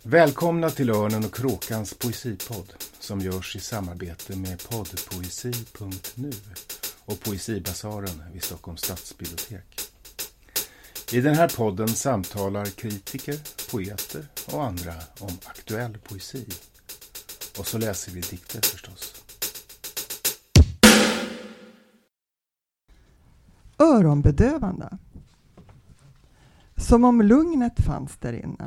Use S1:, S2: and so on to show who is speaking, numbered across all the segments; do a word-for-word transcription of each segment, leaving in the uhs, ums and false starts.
S1: Välkomna till Örnen och Kråkans poesipodd som görs i samarbete med poddpoesi punkt nu och Poesibasaren vid Stockholms stadsbibliotek. I den här podden samtalar kritiker, poeter och andra om aktuell poesi. Och så läser vi dikter förstås.
S2: Öronbedövande. Som om lugnet fanns där inne.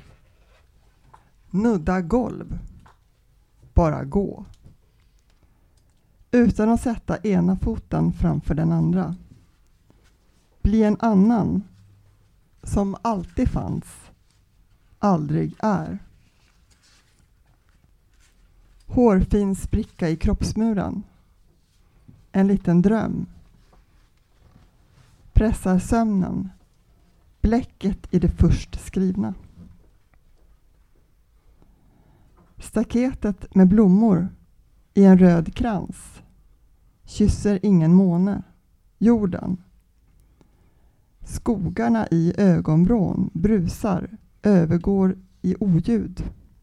S2: Nudda golv. Bara gå. Utan att sätta ena foten framför den andra. Bli en annan. Som alltid fanns. Aldrig är. Hårfin spricka i kroppsmuren. En liten dröm. Pressar sömnen. Bläcket i det först skrivna. Staketet med blommor i en röd krans kysser ingen måne, jorden. Skogarna i ögonvrån brusar, övergår i oljud.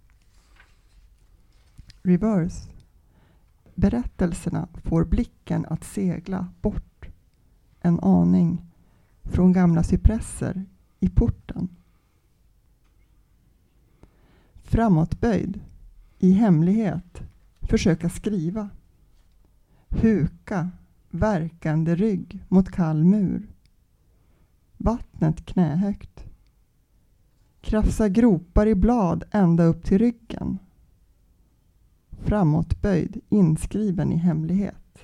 S2: Reverse. Berättelserna får blicken att segla bort en aning från gamla cypresser i porten. Framåtböjd, i hemlighet, försöka skriva. Huka, verkande rygg mot kall mur. Vattnet knähögt. Krafsa gropar i blad ända upp till ryggen. Framåtböjd, inskriven i hemlighet.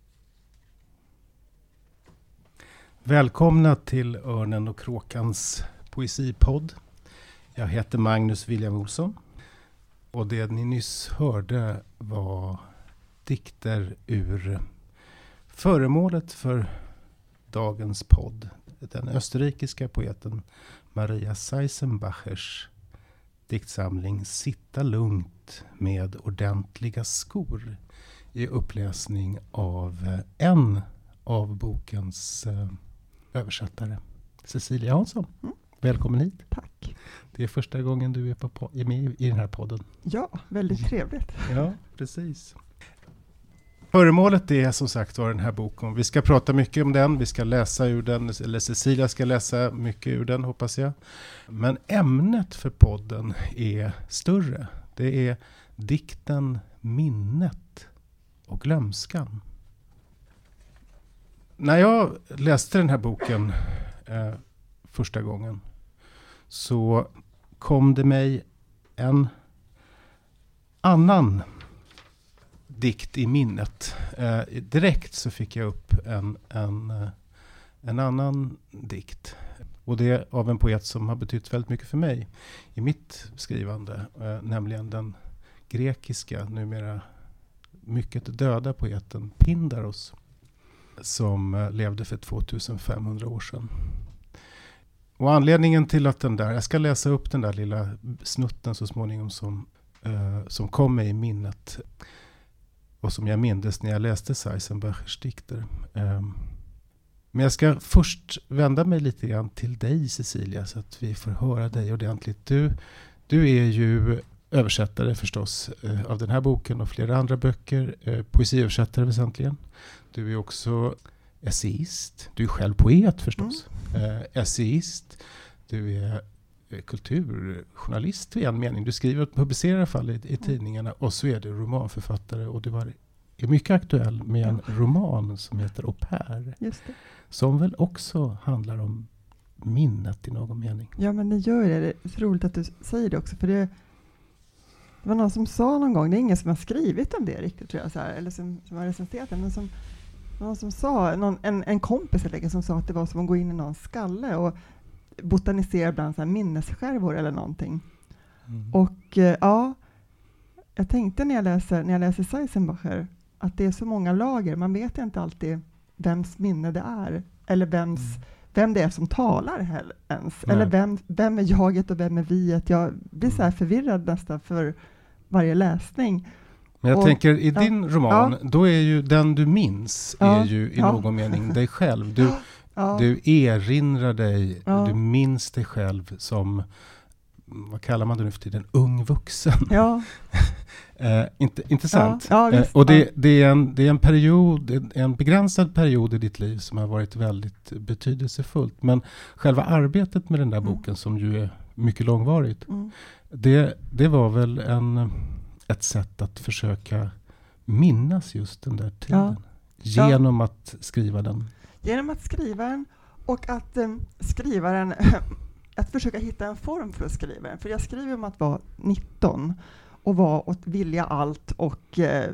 S1: Välkomna till Örnen och Kråkans poesipodd. Jag heter Magnus William Olsson. Och det ni nyss hörde var dikter ur föremålet för dagens podd. Den österrikiska poeten Maria Seisenbachers diktsamling Sitta lugnt med ordentliga skor i uppläsning av en av bokens översättare, Cecilia Hansson. Mm. Välkommen hit.
S2: Tack.
S1: Det är första gången du är, på, är med i den här podden.
S2: Ja, väldigt trevligt.
S1: Ja, precis. Föremålet är som sagt var den här boken. Vi ska prata mycket om den. Vi ska läsa ur den. Eller Cecilia ska läsa mycket ur den, hoppas jag. Men ämnet för podden är större. Det är dikten Minnet och glömskan. När jag läste den här boken eh, första gången så kom det mig en annan dikt i minnet. Eh, direkt så fick jag upp en, en, en annan dikt. Och det är av en poet som har betytt väldigt mycket för mig i mitt skrivande. Eh, nämligen den grekiska, numera mycket döda poeten Pindaros. Som eh, levde för tvåtusenfemhundra år sedan. Och anledningen till att den där, jag ska läsa upp den där lilla snutten så småningom som, eh, som kom mig i minnet. Och som jag mindes när jag läste Seisenbachers dikter. Eh, men jag ska först vända mig lite grann till dig, Cecilia, så att vi får höra dig ordentligt. Du, du är ju översättare förstås eh, av den här boken och flera andra böcker. Eh, poesiöversättare väsentligen. Du är också essayist. Du är själv poet förstås. Mm. Eh, essayist. Du är eh, kulturjournalist i en mening. Du skriver och publicerar i alla fall i, i tidningarna. Och så är du romanförfattare. Och du var, är mycket aktuell med en ja. roman som heter Au pair.
S2: Just det.
S1: Som väl också handlar om minnet i någon mening.
S2: Ja, men det gör det. Det är så roligt att du säger det också. För det, det var någon som sa någon gång, det är ingen som har skrivit om det riktigt tror jag. Så här, eller som, som har recenserat det. Men som Någon som sa, någon, en, en kompis eller, som sa att det var som att gå in i någon skalle och botanisera bland så här minnesskärvor eller någonting. Mm. Och eh, ja, jag tänkte när jag läser, när jag läser Seisenbacher att det är så många lager. Man vet inte alltid vems minne det är. Eller vems, mm. vem det är som talar heller, ens. Nej. Eller vem, vem är jaget och vem är viet. Jag blir så här förvirrad nästan för varje läsning.
S1: Men jag och, tänker, i
S2: ja,
S1: din roman, ja. då är ju den du minns
S2: ja,
S1: är ju i
S2: ja.
S1: någon mening dig själv. Du,
S2: ja.
S1: du erinrar dig,
S2: ja.
S1: du minns dig själv som vad kallar man det nu för tiden, ung vuxen.
S2: Ja.
S1: eh, inte, intressant.
S2: Ja, ja,
S1: eh, och det, det, är en, det är en period, en begränsad period i ditt liv som har varit väldigt betydelsefullt. Men själva arbetet med den där
S2: mm.
S1: boken, som ju är mycket långvarigt,
S2: Mm.
S1: det, det var väl en, ett sätt att försöka minnas just den där tiden.
S2: Ja.
S1: Genom ja. att skriva den.
S2: Genom att skriva den och att um, skriva den, att försöka hitta en form för att skriva den. För jag skriver om att vara nitton och vara och vilja allt och uh,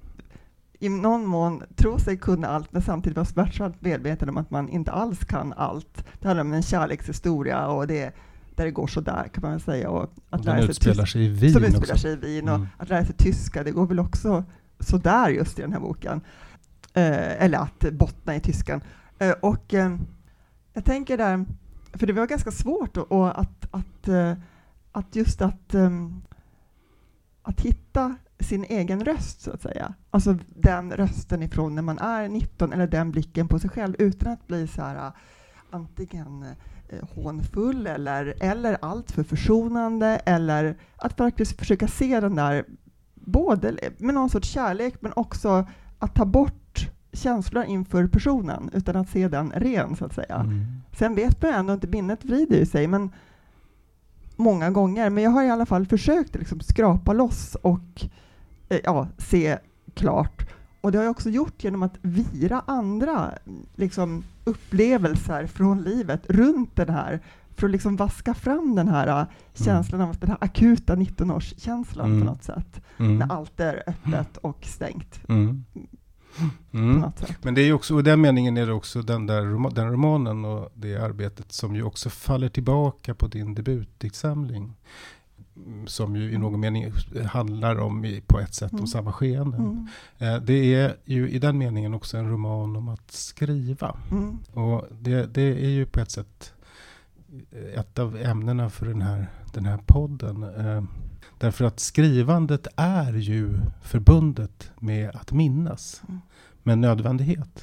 S2: i någon mån tro sig kunna allt, men samtidigt vara smärtsamt medveten om att man inte alls kan allt. Det handlar om en kärlekshistoria och det där det går så där, kan man väl säga. Och att
S1: den utspelar sig i Wien
S2: som utspelar
S1: också.
S2: sig i Wien och
S1: mm.
S2: att lära sig tyska, det går väl också så där just i den här boken. Eh, eller att bottna i tyskan. Eh, och eh, jag tänker där, för det var ganska svårt och, och att, att, eh, att just att, um, att hitta sin egen röst, så att säga. Alltså den rösten ifrån när man är nitton, eller den blicken på sig själv, utan att bli så här uh, antingen uh, hånfull eller, eller allt för försonande, eller att faktiskt försöka se den där både med någon sorts kärlek, men också att ta bort känslor inför personen utan att se den ren, så att säga.
S1: Mm.
S2: Sen vet man ändå inte, minnet vrider sig, men många gånger. Men jag har i alla fall försökt liksom skrapa loss och eh, ja, se klart. Och det har jag också gjort genom att vira andra liksom, upplevelser från livet runt den här, för att liksom vaska fram den här mm. känslan av den här akuta nitton-årskänslan mm. på något sätt. Mm. När allt är öppet och stängt.
S1: Mm. Mm. Men det är ju också, i den meningen är det också den där rom- den romanen och det arbetet som ju också faller tillbaka på din debutdiktsamling, som ju i någon mening handlar om i, på ett sätt mm. om samma skeenden. Mm. Eh, det är ju i den meningen också en roman om att skriva. Mm. Och det, det är ju på ett sätt ett av ämnena för den här, den här podden. Eh, därför att skrivandet är ju förbundet med att minnas. Mm. Med nödvändighet.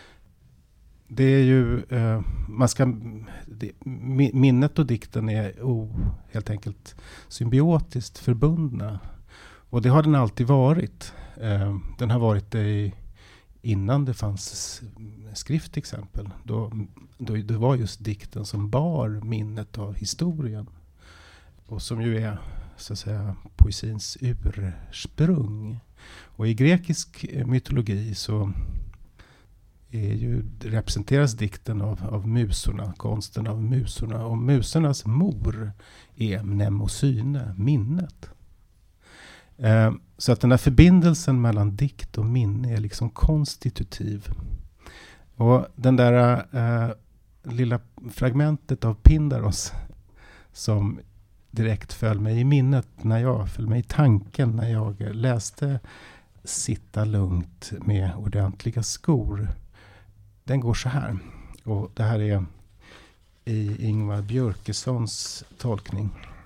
S1: Det är ju, eh, man ska, det, minnet och dikten är oh, helt enkelt symbiotiskt förbundna. Och det har den alltid varit. Eh, den har varit det i, innan det fanns skrift till exempel. Då, då det var just dikten som bar minnet av historien. Och som ju är, så att säga, poesins ursprung. Och i grekisk mytologi så är ju, representeras dikten av, av musorna, konsten av musorna. Och musornas mor är mnemosyne, minnet. Eh, så att den här förbindelsen mellan dikt och minne är liksom konstitutiv. Och den där eh, lilla fragmentet av Pindaros som direkt föll mig i minnet när jag föll mig i tanken när jag läste Sitta lugnt med ordentliga skor. Den går så här. Och det här är i Ingvar Björkessons tolkning.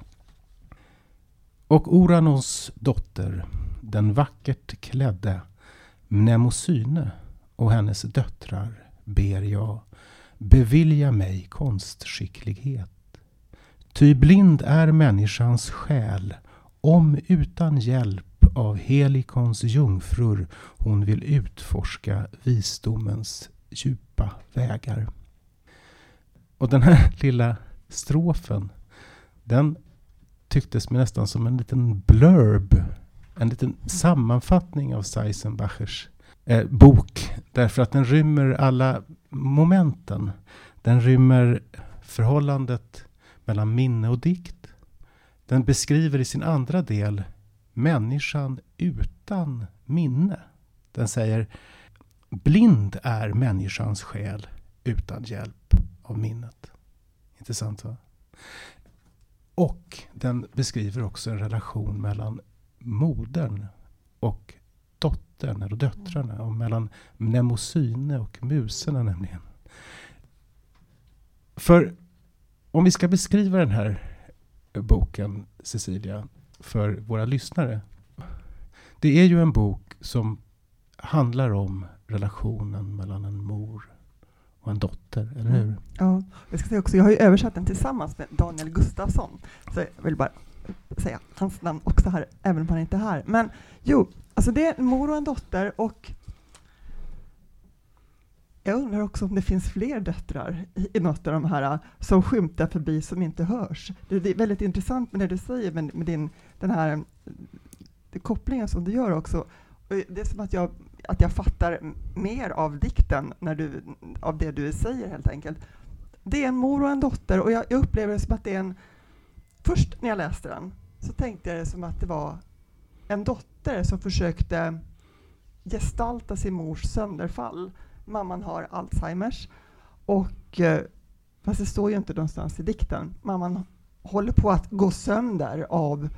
S1: Och Oranos dotter, den vackert klädde Mnemosyne och hennes döttrar ber jag bevilja mig konstskicklighet. Ty blind är människans själ, om utan hjälp av Helikons jungfrur hon vill utforska visdomens djupa vägar. Och den här lilla strofen, den tycktes mig nästan som en liten blurb, en liten sammanfattning av Seisenbachers eh, bok. Därför att den rymmer alla momenten. Den rymmer förhållandet mellan minne och dikt. Den beskriver i sin andra del människan utan minne. Den säger, blind är människans själ utan hjälp av minnet. Intressant, va? Och den beskriver också en relation mellan modern och dottern eller döttrarna. Och mellan mnemosyne och muserna nämligen. För om vi ska beskriva den här boken, Cecilia, för våra lyssnare. Det är ju en bok som handlar om relationen mellan en mor och en dotter, eller hur?
S2: Ja, jag ska säga också, jag har ju översatt den tillsammans med Daniel Gustafsson. Så jag vill bara säga hans namn också här, även om han inte är här. Men jo, alltså det är en mor och en dotter, och jag undrar också om det finns fler döttrar i, i något av de här som skymtar förbi som inte hörs. Det, det är väldigt intressant med det du säger, med, med din, den här det kopplingen som du gör också. Och det är som att jag, att jag fattar mer av dikten när du, av det du säger helt enkelt. Det är en mor och en dotter, och jag, jag upplever det som att det är en... Först när jag läste den så tänkte jag det som att det var en dotter som försökte gestalta sin mors sönderfall. Mamman har Alzheimers, och fast det står ju inte någonstans i dikten. Mamman håller på att gå sönder av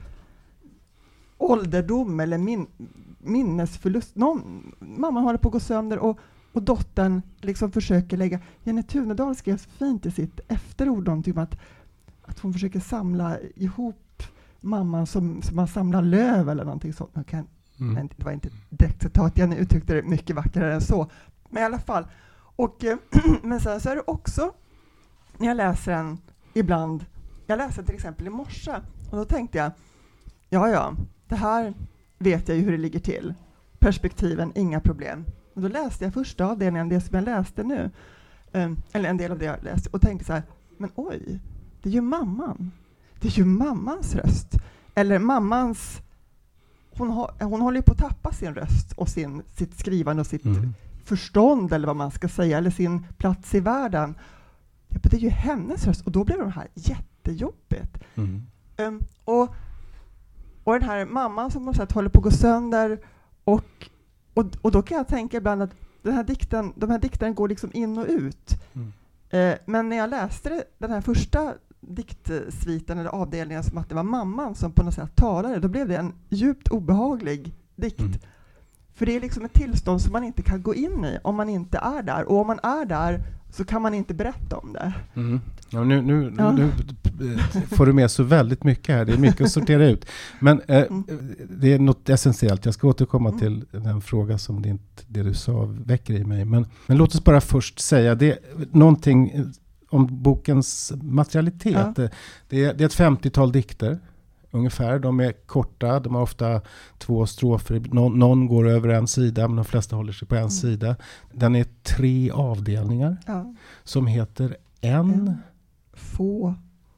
S2: ålderdom eller min, minnesförlust. Någon, mamman håller på att gå sönder, och, och dottern liksom försöker lägga... Jenny Tunedal skrev så fint i sitt efterord någonting om att, att hon försöker samla ihop mamman som, som man samlar löv eller någonting sånt. Jag kan, mm. men det var inte direkt citat, Jenny uttryckte det mycket vackrare än så. Men i alla fall. Och, men sen så är det också, när jag läser den ibland, jag läser till exempel i morse, och då tänkte jag, ja ja, det här vet jag ju hur det ligger till. Perspektiven, inga problem. Och då läste jag första avdelningen, det som jag läste nu, um, eller en del av det jag läste, och tänkte så här, men oj, det är ju mamman. Det är ju mammans röst. Eller mammans, hon, har, hon håller ju på att tappa sin röst och sin, sitt skrivande och sitt mm. förstånd, eller vad man ska säga, eller sin plats i världen. Ja, det är ju hennes röst, och då blir det här jättejobbigt. Mm. Um, och, och den här mamman som på något sätt håller på att gå sönder, och, och, och då kan jag tänka ibland att den här dikten, de här dikterna går liksom in och ut. Mm. Uh, men när jag läste det, den här första diktsviten eller avdelningen, som att det var mamman som på något sätt talade, då blev det en djupt obehaglig dikt. Mm. För det är liksom ett tillstånd som man inte kan gå in i om man inte är där. Och om man är där så kan man inte berätta om det. Mm.
S1: Ja, nu, nu, ja. nu får du med så väldigt mycket här. Det är mycket att sortera ut. Men eh, mm. det är något essentiellt. Jag ska återkomma mm. till den fråga som det, det du sa väcker i mig. Men, men låt oss bara först säga det, någonting om bokens materialitet. Ja. Det, det, är, det är ett femtiotal dikter. Ungefär. De är korta. De har ofta två strofer. Någon, någon går över en sida, men de flesta håller sig på en mm. sida. Den är tre avdelningar. Ja. Som heter en, en
S2: få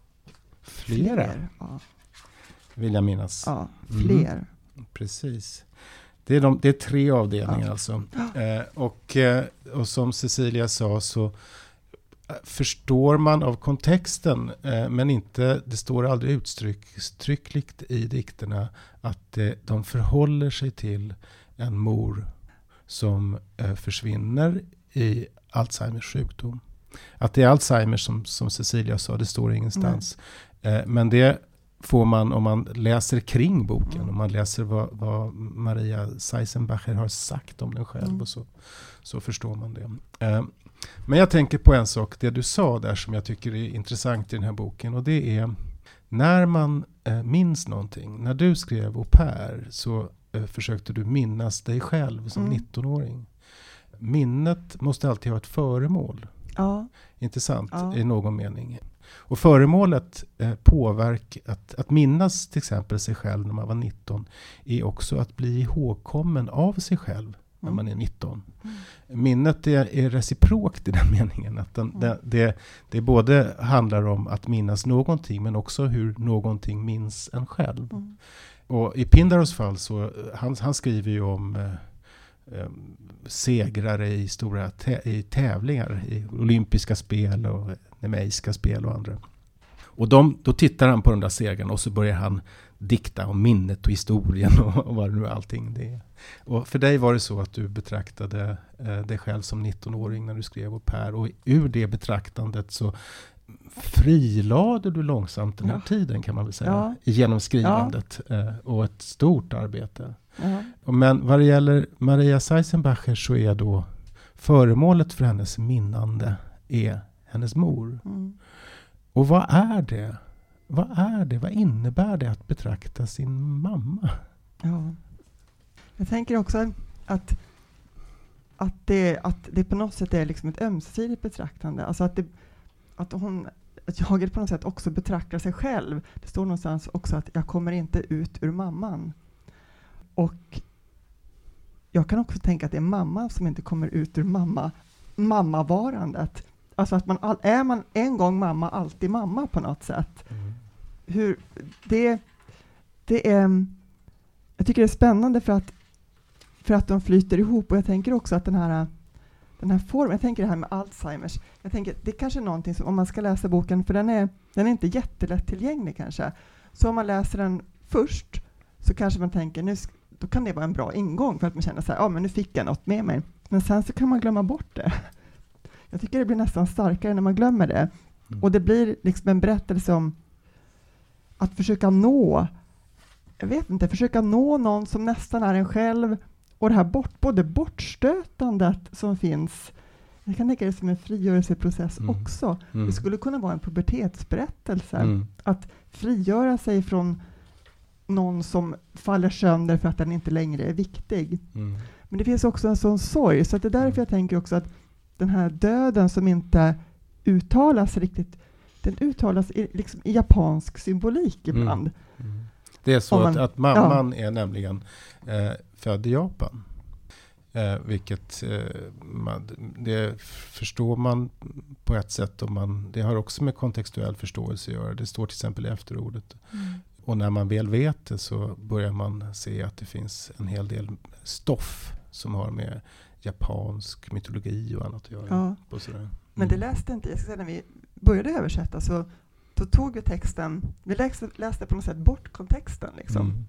S1: flera.
S2: Fler. Ja.
S1: Vill jag minnas.
S2: Ja, fler. Mm.
S1: Precis. Det är, de, det är tre avdelningar ja. alltså. Ja. Eh, och, och som Cecilia sa så förstår man av kontexten, eh, men inte, det står aldrig uttryckligt i dikterna att eh, de förhåller sig till en mor som eh, försvinner i Alzheimers sjukdom. Att det är Alzheimer som, som Cecilia sa, det står ingenstans. Eh, men det får man om man läser kring boken, mm. om man läser vad, vad Maria Seisenbacher har sagt om den själv mm. och så, så förstår man det. Eh, Men jag tänker på en sak, det du sa där som jag tycker är intressant i den här boken. Och det är när man eh, minns någonting. När du skrev Au pair så eh, försökte du minnas dig själv som mm. nittonåring. Minnet måste alltid ha ett föremål. Ja. Intressant ja. i någon mening. Och föremålet eh, påverkar, att, att minnas till exempel sig själv när man var nitton är också att bli ihågkommen av sig själv. När mm. man är nitton. Mm. Minnet är, är reciprokt i den meningen. Att den, mm. det, det, det både handlar om att minnas någonting, men också hur någonting minns en själv. Mm. Och i Pindaros fall så, han, han skriver ju om eh, eh, segrare i stora tä- i tävlingar, i olympiska spel och nemeiska spel och andra. Och de, då tittar han på de där segrarna och så börjar han dikta om minnet och historien och, och vad det nu allting det är. Och för dig var det så att du betraktade eh, dig själv som nittonåring när du skrev Au pair, och ur det betraktandet så frilade du långsamt den här ja. tiden, kan man väl säga, ja. genom skrivandet ja. eh, och ett stort arbete. Ja. Och men vad det gäller Maria Seisenbacher så är då föremålet för hennes minnande är hennes mor. Mm. Och vad är det? Vad är det? Vad innebär det att betrakta sin mamma?
S2: Ja. Jag tänker också att, att, det, att det på något sätt är liksom ett ömsesidigt betraktande. Alltså att, det, att, hon, att jaget på något sätt också betraktar sig själv. Det står någonstans också att jag kommer inte ut ur mamman. Och jag kan också tänka att det är mamma som inte kommer ut ur mamma, mammavarandet. Alltså att man all, är man en gång mamma, alltid mamma på något sätt.
S1: Mm.
S2: Hur det, det är, jag tycker det är spännande för att, för att de flyter ihop. Och jag tänker också att den här, den här formen, jag tänker det här med Alzheimers. Jag tänker det är kanske någonting som om man ska läsa boken, för den är, den är inte jättelätt tillgänglig kanske. Så om man läser den först så kanske man tänker, nu då kan det vara en bra ingång för att man känner så här, ja men nu fick jag något med mig. Men sen så kan man glömma bort det. Jag tycker det blir nästan starkare när man glömmer det. Mm. Och det blir liksom en berättelse om att försöka nå, jag vet inte, försöka nå någon som nästan är en själv. Och det här bort, både bortstötandet som finns, jag kan tänka det som en frigörelseprocess mm. också. Mm. Det skulle kunna vara en pubertetsberättelse. Mm. Att frigöra sig från någon som faller sönder för att den inte längre är viktig. Mm. Men det finns också en sån sorg. Så att det är därför mm. jag tänker också att den här döden som inte uttalas riktigt, den uttalas i, liksom i japansk symbolik ibland.
S1: Mm. Mm. Det är så man, att, att mamman ja. är nämligen eh, född i Japan. Eh, vilket eh, man, det förstår man på ett sätt. Och man, det har också med kontextuell förståelse att göra. Det står till exempel i efterordet. Mm. Och när man väl vet det så börjar man se att det finns en hel del stoff som har med japansk mytologi och annat att göra.
S2: Ja.
S1: På sådär. Mm.
S2: Men det läste inte, jag ska säga, när vi började översätta så då tog vi texten, vi läste, läste på något sätt bort kontexten liksom. Mm.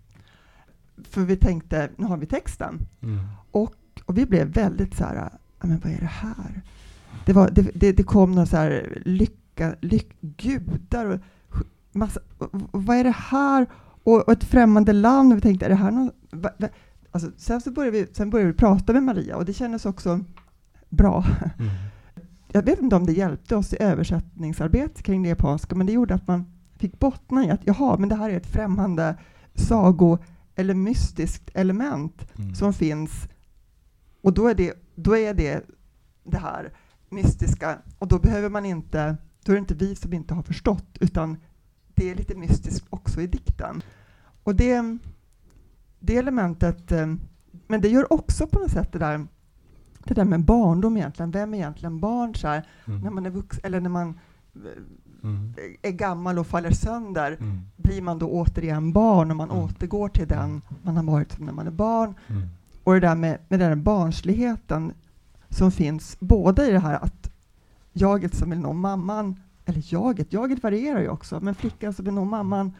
S2: För vi tänkte, nu har vi texten. Mm. Och, och vi blev väldigt så här, men vad är det här? Det, var, det, det, det kom någon så här lycka, lyck, gudar och massa, och, och vad är det här? Och, och ett främmande land, och vi tänkte, är det här någon, va, va? Alltså, sen så började vi, sen började vi prata med Maria och det kändes också bra. Mm. Jag vet inte om det hjälpte oss i översättningsarbete kring det japanska, men det gjorde att man fick bottna i att jaha, men det här är ett främmande sago eller mystiskt element mm. som finns, och då är det då är det det här mystiska, och då behöver man inte, då är det inte vi som inte har förstått, utan det är lite mystiskt också i dikten. Och det det elementet, men det gör också på något sätt det där det där med barndom egentligen. Vem är egentligen barn så här, mm. när man är vuxen, eller när man mm. är gammal och faller sönder, mm. blir man då återigen barn och man mm. återgår till den man har varit när man är barn. Mm. Och det där med, med den där barnsligheten som finns både i det här att jaget som vill nå mamman, eller jaget, jaget varierar ju också, men flickan som vill nå mamman,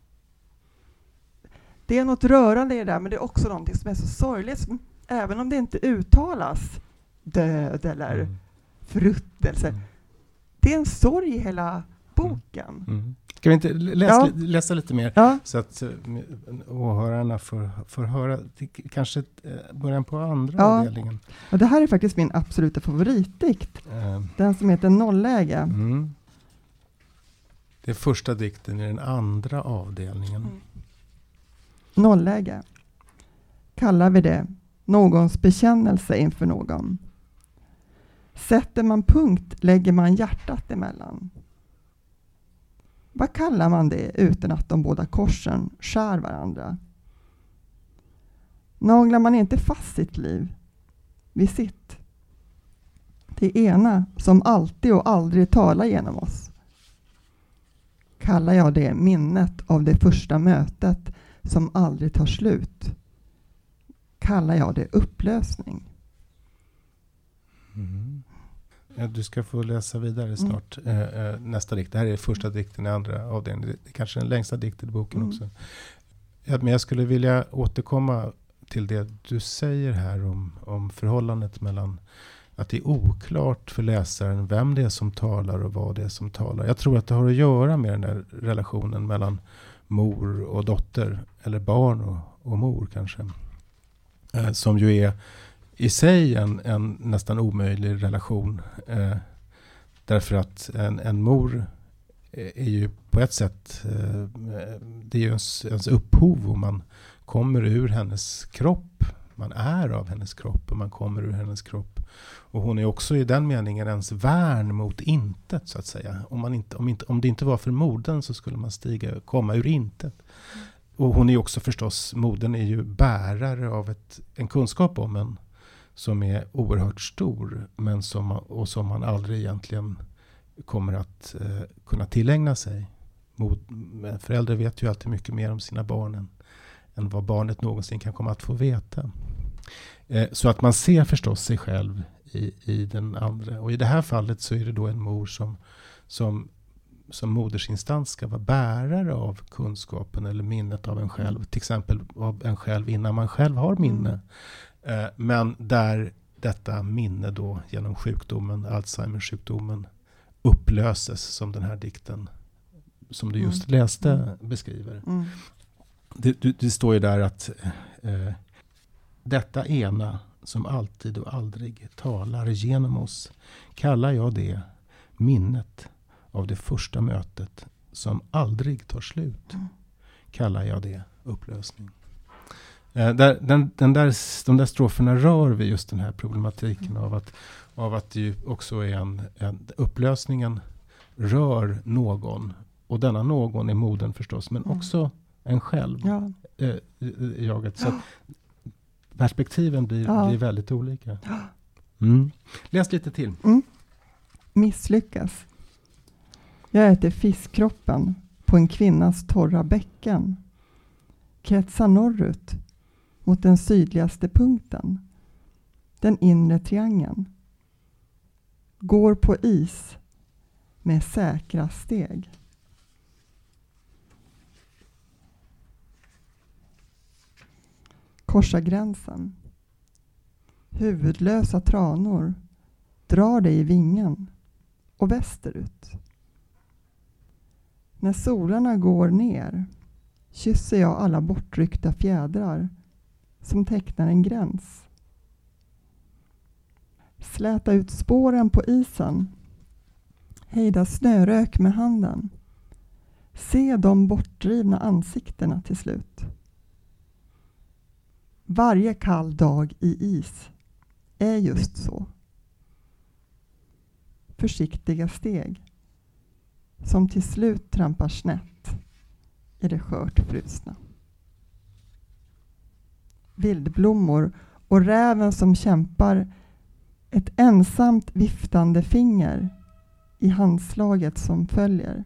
S2: det är något rörande i det där, men det är också någonting som är så sorgligt, även om det inte uttalas död eller mm. fruktelse. Mm. Det är en sorg i hela boken. Mm. Mm.
S1: Ska vi inte läsa, ja. läsa lite mer
S2: ja.
S1: så att uh, åhörarna får, får höra kanske uh, början på andra ja. avdelningen.
S2: Och det här är faktiskt min absoluta favoritdikt. Uh. Den som heter Nollläge.
S1: Mm. Det är första dikten i den andra avdelningen. Mm.
S2: Nollläge. Kallar vi det någons bekännelse inför någon. Sätter man punkt lägger man hjärtat emellan. Vad kallar man det utan att de båda korsen skär varandra? Naglar man inte fast sitt liv vid sitt? Det ena som alltid och aldrig talar genom oss. Kallar jag det minnet av det första mötet som aldrig tar slut. Kallar jag det upplösning.
S1: Mm. Ja, du ska få läsa vidare snart. Mm. Uh, nästa dikt. Det här är första dikten i andra avdelningen. Det är kanske den längsta dikten i boken mm. också. Ja, men jag skulle vilja återkomma till det du säger här om, om förhållandet mellan att det är oklart för läsaren vem det är som talar och vad det är som talar. Jag tror att det har att göra med den där relationen mellan mor och dotter, eller barn och, och mor kanske. Eh, som ju är i sig en, en nästan omöjlig relation. Eh, därför att en, en mor är, är ju på ett sätt, eh, det är ju ens, ens upphov och man kommer ur hennes kropp. man är av hennes kropp och man kommer ur hennes kropp. Och hon är också i den meningen ens värn mot intet, så att säga. Om, man inte, om, inte, om det inte var för modern så skulle man stiga, komma ur intet. Och hon är också förstås, modern är ju bärare av ett, en kunskap om en som är oerhört stor, men som man, och som man aldrig egentligen kommer att eh, kunna tillägna sig. Mod, föräldrar vet ju alltid mycket mer om sina barn än, än vad barnet någonsin kan komma att få veta. Eh, så att man ser förstås sig själv i, i den andra. Och i det här fallet så är det då en mor som, som, som modersinstans ska vara bärare av kunskapen eller minnet av en själv. Till exempel av en själv innan man själv har minne. Eh, men där detta minne då genom sjukdomen, Alzheimer-sjukdomen, upplöses, som den här dikten som du just mm. läste mm. beskriver. Mm. Det, det, det står ju där att eh, detta ena som alltid och aldrig talar genom oss, kallar jag det minnet av det första mötet som aldrig tar slut. Mm. Kallar jag det upplösning. Eh, där, den, den där, de där stroferna rör vi just den här problematiken mm. av att, av att det ju också är en, en upplösningen rör någon. Och denna någon är modern förstås, men mm. också en själv. Ja. Eh, jaget. Så att perspektiven blir, ja. blir väldigt olika. Mm. Läs lite till.
S2: Mm. Misslyckas. Jag äter fiskkroppen på en kvinnas torra bäcken. Kretsar norrut mot den sydligaste punkten. Den inre triangeln. Går på is med säkra steg. Korsa gränsen. Huvudlösa tranor drar dig i vingen och västerut. När solarna går ner kysser jag alla bortryckta fjädrar som tecknar en gräns. Släta ut spåren på isen. Hejda snörök med handen. Se de bortdrivna ansiktena till slut. Varje kall dag i is är just så. Försiktiga steg som till slut trampar snett i det skört frusna. Vildblommor och räven som kämpar ett ensamt viftande finger i handslaget som följer.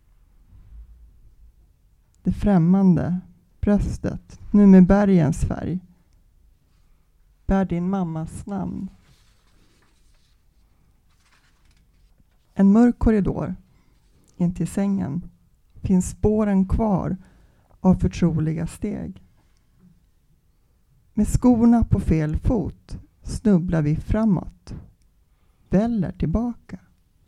S2: Det främmande bröstet, nu med bergens färg, bär din mammas namn. En mörk korridor in till sängen finns spåren kvar av förtroliga steg. Med skorna på fel fot snubblar vi framåt, väller tillbaka.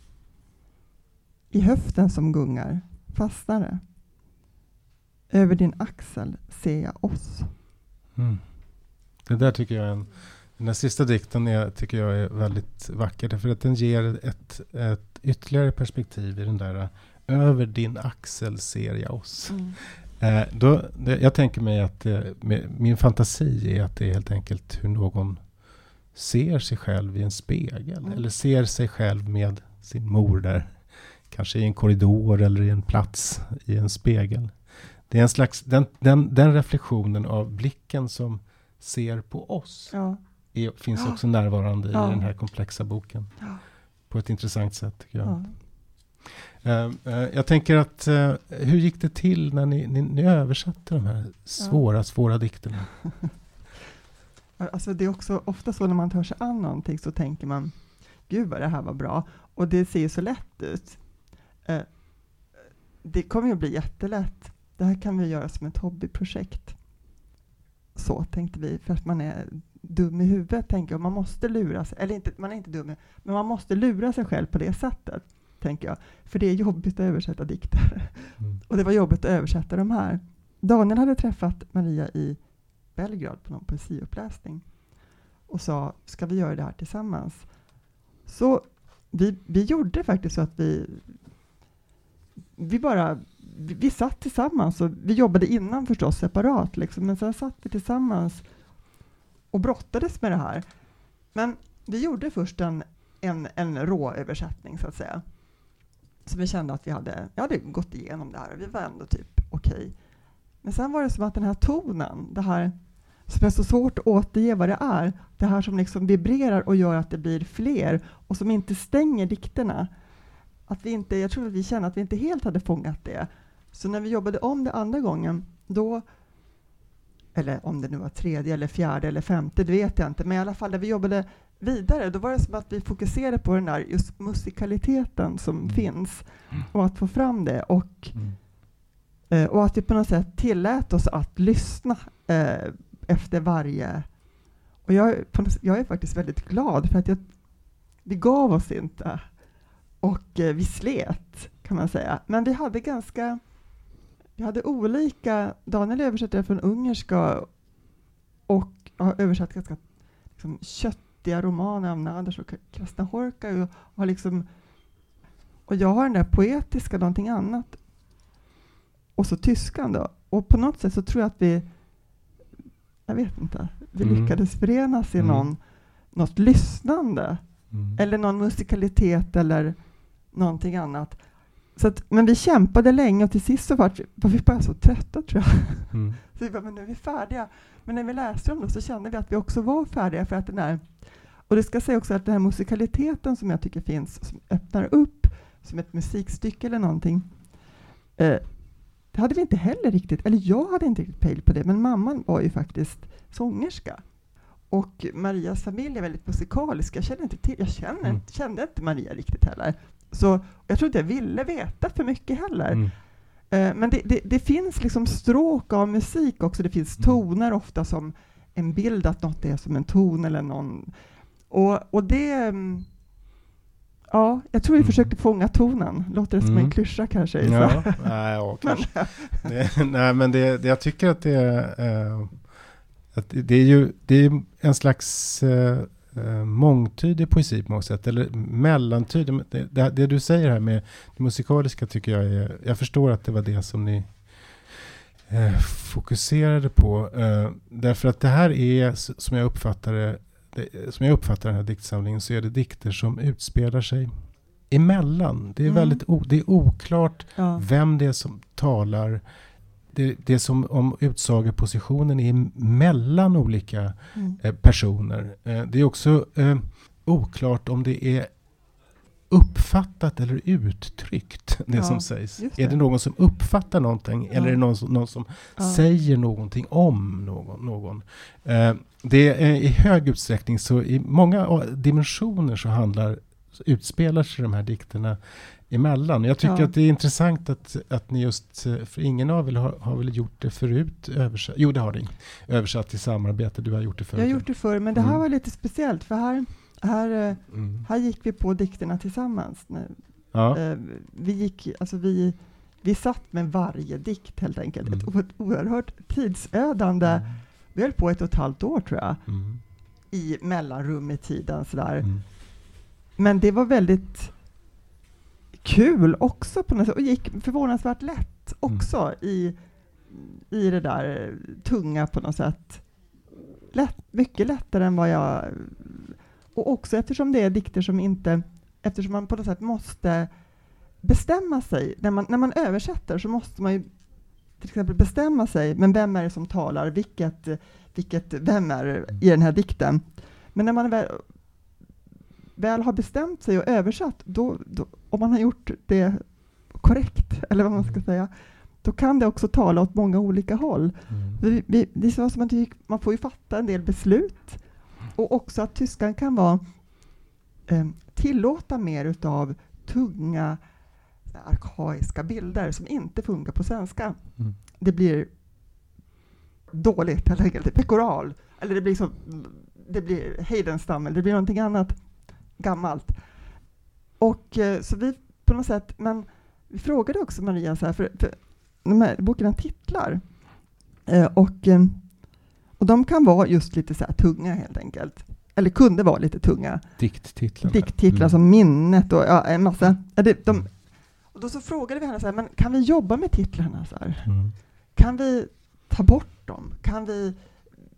S2: I höften som gungar fastnar det. Över din axel ser jag oss.
S1: Mm. Det där tycker jag är en, den här sista dikten är, tycker jag är väldigt vacker. Därför att den ger ett, ett ytterligare perspektiv i den där över din axel ser jag oss. Mm. Eh, då, det, jag tänker mig att det, med, min fantasi är att det är helt enkelt hur någon ser sig själv i en spegel. Mm. Eller ser sig själv med sin mor där. Kanske i en korridor eller i en plats i en spegel. Det är en slags, den, den, den reflektionen av blicken som ser på oss ja. är, finns ja. också närvarande ja. i den här komplexa boken. Ja. På ett intressant sätt tycker jag. Ja. Uh, uh, jag tänker att, uh, hur gick det till när ni, ni, ni översatte de här svåra, ja. svåra dikterna?
S2: Alltså det är också ofta så när man tar sig an någonting så tänker man, gud vad det här var bra. Och det ser ju så lätt ut. Uh, det kommer ju att bli jättelätt. Det här kan vi göra som ett hobbyprojekt. Så tänkte vi, för att man är dum i huvudet, tänker jag. Man måste lura sig, eller inte, man är inte dum, men man måste lura sig själv på det sättet, tänker jag. För det är jobbigt att översätta dikter. Mm. Och det var jobbigt att översätta de här. Daniel hade träffat Maria i Belgrad på någon poesiuppläsning och sa, ska vi göra det här tillsammans? Så vi, vi gjorde faktiskt så att vi vi bara vi, vi satt tillsammans och vi jobbade innan förstås separat liksom, men sen satt vi tillsammans och brottades med det här. Men vi gjorde först en, en, en råöversättning så att säga. Så vi kände att vi hade, jag hade gått igenom det här och vi var ändå typ okej. Okay. Men sen var det som att den här tonen, det här som är så svårt att återge vad det är, det här som liksom vibrerar och gör att det blir fler och som inte stänger dikterna. Att vi inte, jag tror att vi kände att vi inte helt hade fångat det. Så när vi jobbade om det andra gången, då, eller om det nu var tredje eller fjärde eller femte, det vet jag inte, men i alla fall när vi jobbade vidare, då var det som att vi fokuserade på den där just musikaliteten som mm. finns och att få fram det och, mm. eh, och att vi på något sätt tillät oss att lyssna eh, efter varje. Och jag, på något sätt, jag är faktiskt väldigt glad för att jag, vi gav oss inte och eh, vi slet kan man säga, men vi hade ganska vi hade olika, Daniel översatte från ungerska och har översatt ganska liksom, köttiga romaner av Naders och Krasnahorka och, och, liksom, och jag har den där poetiska, någonting annat och så tyskan då. Och på något sätt så tror jag att vi jag vet inte, vi mm. lyckades förenas i mm. någon, något lyssnande mm. eller någon musikalitet eller någonting annat. Så att, men vi kämpade länge och till sist så var, var vi bara så trötta tror jag. Mm. Så vi bara, men nu är vi färdiga. Men när vi läste dem då så kände vi att vi också var färdiga för att den där, och det ska säga också att den här musikaliteten som jag tycker finns, som öppnar upp som ett musikstycke eller någonting, eh, det hade vi inte heller riktigt, eller jag hade inte riktigt pejl på det, men mamman var ju faktiskt sångerska. Och Marias familj är väldigt musikalisk. Jag kände inte till, jag känner, mm. kände inte Maria riktigt heller. Så jag tror inte jag ville veta för mycket heller. Mm. Uh, men det, det, det finns liksom stråk av musik också. Det finns toner mm. ofta som en bild att något är som en ton eller någon. Och, och det... Um, ja, jag tror vi mm. försökte fånga tonen. Låter det som mm. en klyscha kanske?
S1: Ja, nej, ja, kanske. det, nej, men det, det, jag tycker att det är... Uh, att det är ju det är en slags... Uh, Uh, mångtydig poesi på något sätt, eller mellantydig. Det, det, det du säger här med det musikaliska tycker jag är, jag förstår att det var det som ni uh, fokuserade på. Uh, därför att det här är, som jag uppfattar det, det, som jag uppfattar den här diktsamlingen, så är det dikter som utspelar sig emellan. Det är mm. väldigt o, det är oklart ja. vem det är som talar. Det, det är som om utsagepositionen är mellan olika mm. eh, personer. Eh, det är också eh, oklart om det är uppfattat eller uttryckt, det ja, som sägs. Det. Är det någon som uppfattar någonting ja. eller är det någon som, någon som ja. säger någonting om någon? någon. Eh, det är i hög utsträckning, så i många dimensioner så handlar, så utspelar sig de här dikterna emellan. Jag tycker ja. att det är intressant att, att ni just, för ingen av er har, har väl gjort det förut, översatt, jo det har ni, översatt i samarbete, du har gjort det förut.
S2: Jag har gjort det förr, men det här mm. var lite speciellt, för här, här, mm. här gick vi på dikterna tillsammans. Ja. Uh, vi gick, alltså vi, vi satt med varje dikt helt enkelt, mm. ett, ett oerhört tidsödande, mm. vi höll på ett och ett halvt år tror jag, mm. i mellanrum i tiden sådär. Mm. Men det var väldigt kul också på något sätt, och gick förvånansvärt lätt också mm. i, i det där tunga på något sätt. Lätt, mycket lättare än vad jag... Och också eftersom det är dikter som inte... Eftersom man på något sätt måste bestämma sig. När man, när man översätter så måste man ju till exempel bestämma sig. Men vem är det som talar? Vilket, vilket, vem är i den här dikten? Men när man väl... väl har bestämt sig och översatt, då, då, om man har gjort det korrekt, eller vad man ska säga, då kan det också tala åt många olika håll. Mm. Vi, vi, det är så som att man får ju fatta en del beslut, och också att tyskan kan vara eh, tillåta mer utav tunga, arkaiska bilder som inte funkar på svenska. Mm. Det blir dåligt, helt enkelt, pekoral, eller det blir så, det blir Heidenstam, eller det blir någonting annat gammalt. Och eh, så vi på något sätt, men vi frågade också Maria så här, för, för de här boken titlar eh, och, eh, och de kan vara just lite så här tunga helt enkelt. Eller kunde vara lite tunga.
S1: Dikttitlar.
S2: Dikttitlar mm. som Minnet och ja, en massa. Ja, det, de, och då så frågade vi henne så här, men kan vi jobba med titlarna så här? Mm. Kan vi ta bort dem? Kan vi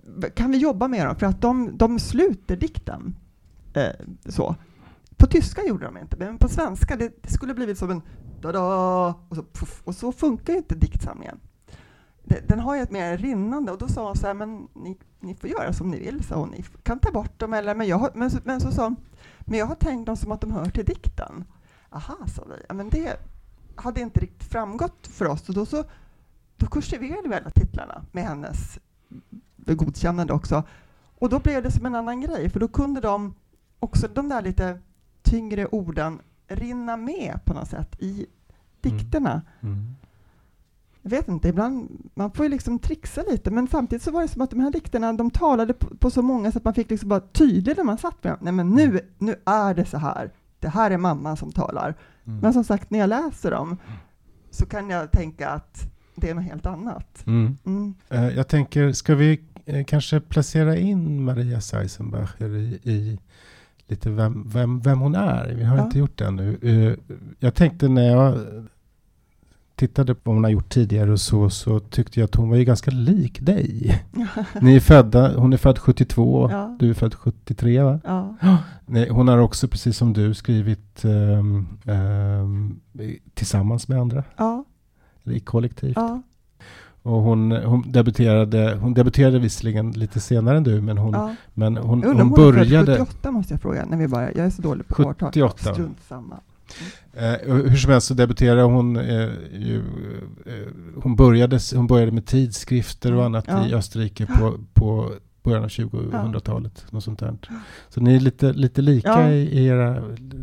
S2: kan vi jobba med dem? För att de, de sluter dikten. Eh, så. På tyska gjorde de inte, men på svenska det, det skulle blivit som en da-da, och så, puff, och så funkar ju inte diktsamlingen. Det, den har ju ett mer rinnande, och då sa hon så här, men ni, ni får göra som ni vill, så hon, ni kan ta bort dem, eller, men, jag har, men, men så sa men jag har tänkt dem som att de hör till dikten. Aha, sa vi. Ja, men det hade inte riktigt framgått för oss, och då så då kursiverade vi alla titlarna med hennes godkännande också. Och då blev det som en annan grej, för då kunde de också, de där lite tyngre orden rinna med på något sätt i dikterna. Mm. Mm. Jag vet inte, ibland, man får ju liksom trixa lite, men samtidigt så var det som att de här dikterna, de talade på, på så många så att man fick liksom bara tydligt när man satt med dem. Nej, men nu, nu är det så här. Det här är mamma som talar. Mm. Men som sagt, när jag läser dem så kan jag tänka att det är något helt annat.
S1: Mm. Mm. Uh, jag tänker, ska vi uh, kanske placera in Maria Seisenbacher i, i lite vem, vem, vem hon är? Vi har ja. inte gjort det ännu. Uh, jag tänkte när jag tittade på vad hon har gjort tidigare och så, så tyckte jag att hon var ju ganska lik dig. Ni är födda, hon är född sjuttiotvå, ja. Du är född sjuttiotre, va? Ja. Nej, hon har också, precis som du, skrivit um, um, tillsammans med andra. Ja. Eller i kollektivt. Ja. Och hon, hon debuterade hon debuterade visserligen lite senare än du, men hon, ja. men hon, hon, hon började...
S2: sjuttioåtta måste jag fråga, när vi bara, jag är så dålig på årtal.
S1: sjuttioåtta.
S2: Strunt samma.
S1: Eh, hur som helst så debuterade hon eh, ju, eh, hon, började, hon började med tidskrifter och annat ja. i Österrike på, på början av tjugohundratalet. Ja. Något sånt där. Så ni är lite, lite lika ja. i, i era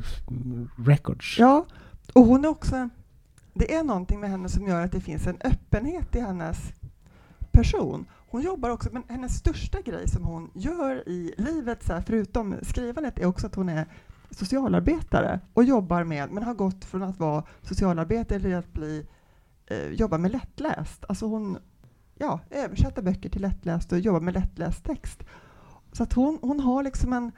S1: records.
S2: Ja, och hon är också, det är någonting med henne som gör att det finns en öppenhet i hennes person. Hon jobbar också, men hennes största grej som hon gör i livet, så här, förutom skrivandet, är också att hon är socialarbetare och jobbar med, men har gått från att vara socialarbetare till att bli eh, jobba med lättläst. Alltså hon ja, översätter böcker till lättläst och jobbar med lättläst text. Så att hon, hon har liksom en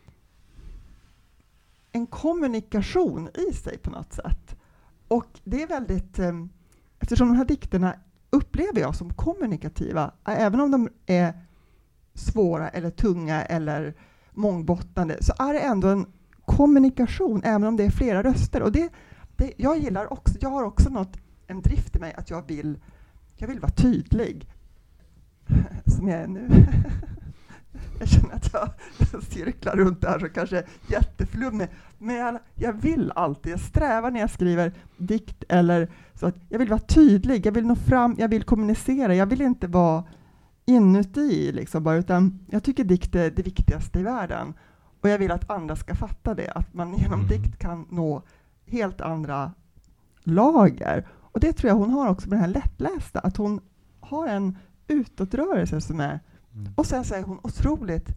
S2: en kommunikation i sig på något sätt. Och det är väldigt eh, eftersom de här dikterna upplever jag som kommunikativa, även om de är svåra eller tunga eller mångbottnande, så är det ändå en kommunikation, även om det är flera röster. Och det, det, jag gillar också, jag har också något, en drift i mig att jag vill, jag vill vara tydlig. Som jag är nu. Jag känner att jag cirklar runt där så kanske jätteflummig. Men jag, jag vill alltid, jag strävar när jag skriver dikt eller så att jag vill vara tydlig, jag vill nå fram, jag vill kommunicera, jag vill inte vara inuti liksom bara, utan jag tycker dikt är det viktigaste i världen. Och jag vill att andra ska fatta det, att man genom mm. dikt kan nå helt andra lager. Och det tror jag hon har också med den här lättlästa, att hon har en utåtrörelse som är... Mm. Och sen så är hon otroligt...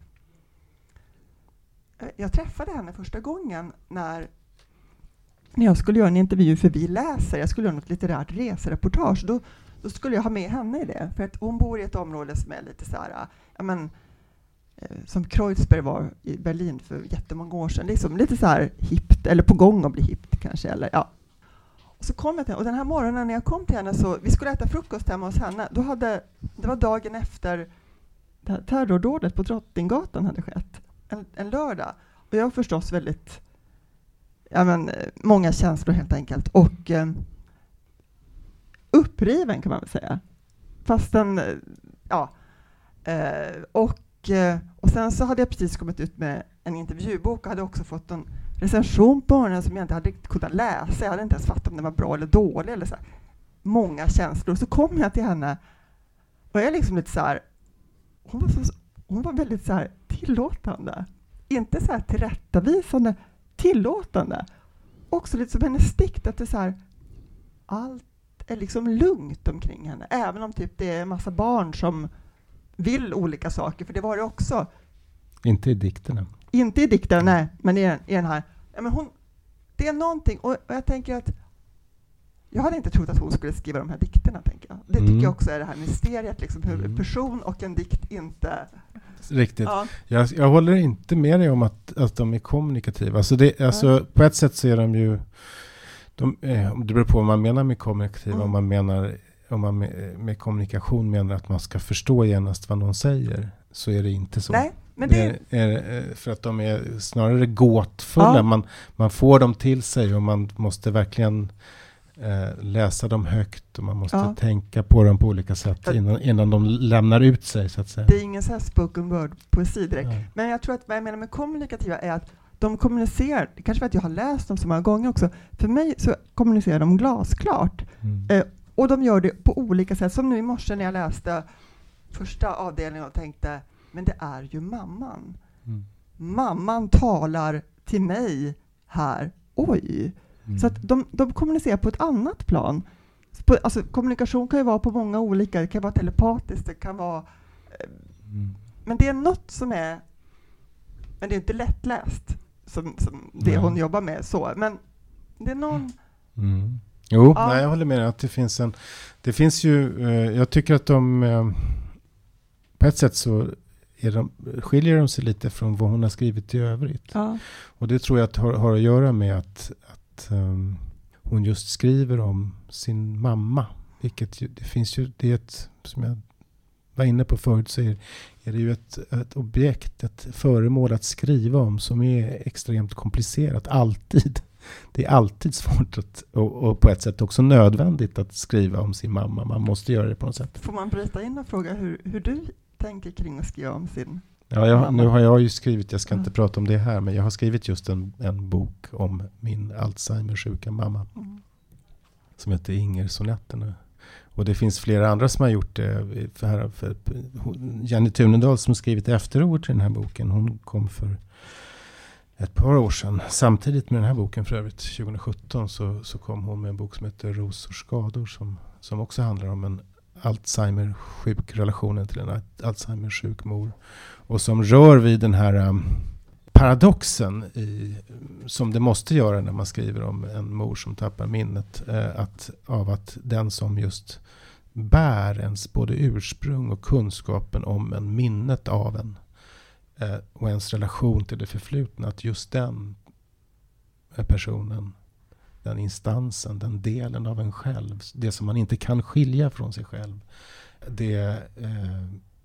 S2: Jag träffade henne första gången när, när jag skulle göra en intervju för Vi läser. Jag skulle göra något litterärt resereportage. Då, då skulle jag ha med henne i det. För att hon bor i ett område som är lite så här... Ja, men, som Kreuzberg var i Berlin för jättemånga år sedan. Liksom lite så här hippt, eller på gång att bli hippt kanske. Eller, ja. Och så kom jag till henne, och den här morgonen när jag kom till henne så, vi skulle äta frukost hemma hos henne. Då hade, det var dagen efter det här terrordådet på Drottninggatan hade skett. En, en lördag. Och jag var förstås väldigt, ja men, många känslor helt enkelt. Och eh, uppriven kan man väl säga. Fast den, ja. Eh, och Och sen så hade jag precis kommit ut med en intervjubok och hade också fått en recension på den som jag inte hade kunnat läsa. Jag hade inte ens fattat om den var bra eller dålig. Eller så här. Många känslor. Så kom jag till henne och jag är liksom lite så här, hon var, så, hon var väldigt så här tillåtande. Inte så här tillrättavisande, tillåtande. Också lite som hennes dikt, att det är så här, allt är liksom lugnt omkring henne. Även om typ det är en massa barn som vill olika saker, för det var det också.
S1: Inte i dikterna.
S2: Inte i dikterna, nej, men i den, i den här. Ja, men hon, det är någonting, och, och jag tänker att jag hade inte trott att hon skulle skriva de här dikterna, tänker jag. Det tycker mm. jag också är det här mysteriet, liksom, hur mm. person och en dikt inte...
S1: Riktigt. Ja. Jag, jag håller inte med dig om att, att de är kommunikativa. Alltså det, alltså, ja. På ett sätt så är de ju... De, eh, det beror på vad man menar med kommunikativa, mm. om man menar... Om man med, med kommunikation menar att man ska förstå genast vad någon säger. så är det inte så.
S2: Nej, men
S1: det
S2: det
S1: är, är för att de är snarare gåtfulla.
S2: Ja.
S1: Man, man får dem till sig och man måste verkligen eh, läsa dem högt och man måste
S2: Ja.
S1: tänka på dem på olika sätt innan, innan de lämnar ut sig, så att säga.
S2: det är ingen så här spoken word poesi direkt.
S1: Nej.
S2: Men jag tror att vad jag menar med kommunikativa är att de kommunicerar, kanske för att jag har läst dem så många gånger också, för mig så kommunicerar de glasklart.
S1: Mm.
S2: Eh, och de gör det på olika sätt. Som nu i morse när jag läste första avdelningen och tänkte, men det är ju mamman.
S1: Mm.
S2: Mamman talar till mig här. Oj!
S1: Mm.
S2: Så att de, de kommunicerar på ett annat plan. På, alltså, kommunikation kan ju vara på många olika, det kan vara telepatiskt, det kan vara... Eh,
S1: Mm.
S2: men det är något som är... Men det är inte lättläst, som, som det
S1: Nej.
S2: hon jobbar med. Så. Men det är någon...
S1: Mm. Jo,
S2: Ja.
S1: nej, jag håller med att det finns en... Det finns ju... Eh, jag tycker att de... Eh, på ett sätt så är de, skiljer de sig lite från vad hon har skrivit i övrigt.
S2: Ja.
S1: Och det tror jag att har, har att göra med att, att um, hon just skriver om sin mamma. Vilket ju, det finns ju, det är ett, som jag var inne på förut, så är, är det ju ett, ett objekt, ett föremål att skriva om som är extremt komplicerat. Alltid. Det är alltid svårt att, och, och på ett sätt också nödvändigt att skriva om sin mamma. Man måste göra det på något sätt.
S2: Får man bryta in och fråga hur, hur du tänker kring att skriva om sin
S1: Ja, jag,
S2: mamma?
S1: nu har jag ju skrivit, jag ska
S2: Mm.
S1: inte prata om det här, men jag har skrivit just en, en bok om min Alzheimer-sjuka mamma.
S2: Mm.
S1: Som heter Inger-sonetterna. Och det finns flera andra som har gjort det. För här, för, hon, Jenny Tunendal som skrivit efterord till den här boken. Hon kom för ett par år sedan. Samtidigt med den här boken för övrigt, tjugo sjutton, så, så kom hon med en bok som heter Rosors skador. Som, som också handlar om en Alzheimer-sjuk, relationen till en Alzheimer-sjuk mor. Och som rör vid den här um, paradoxen i, som det måste göra när man skriver om en mor som tappar minnet. Eh, att, av att den som just bär ens både ursprung och kunskapen om en, minnet av en eh, och ens relation till det förflutna, att just den personen, den instansen, den delen av en själv, det som man inte kan skilja från sig själv, det eh,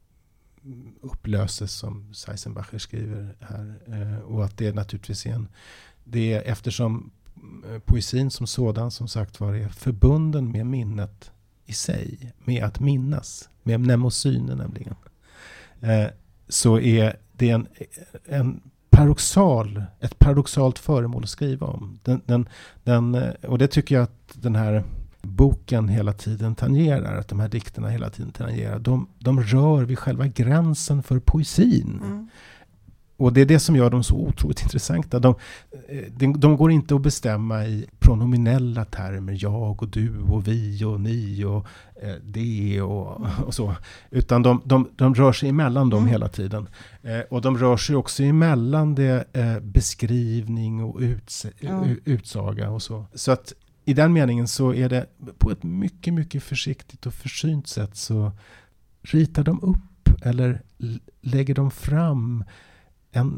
S1: upplöses, som Seisenbacher skriver här. Eh, och att det naturligtvis är en... Det är eftersom poesin som sådan, som sagt var, är förbunden med minnet i sig, med att minnas, med mnemosynen nämligen, eh, så är det en, en paradoxal, ett paradoxalt föremål att skriva om. Den, den, den, och det tycker jag att den här boken hela tiden tangerar, att de här dikterna hela tiden tangerar. De, de rör vid själva gränsen för poesin.
S2: Mm.
S1: Och det är det som gör dem så otroligt intressanta. De, de, de går inte att bestämma i pronominella termer, jag och du och vi och ni och eh, det och, och så. Utan de, de, de rör sig emellan dem
S2: Mm.
S1: hela tiden. Eh, och de rör sig också emellan det eh, beskrivning och uts-
S2: Ja.
S1: u- utsaga och så. Så att i den meningen så är det på ett mycket, mycket försiktigt och försynt sätt så ritar de upp eller l- lägger de fram en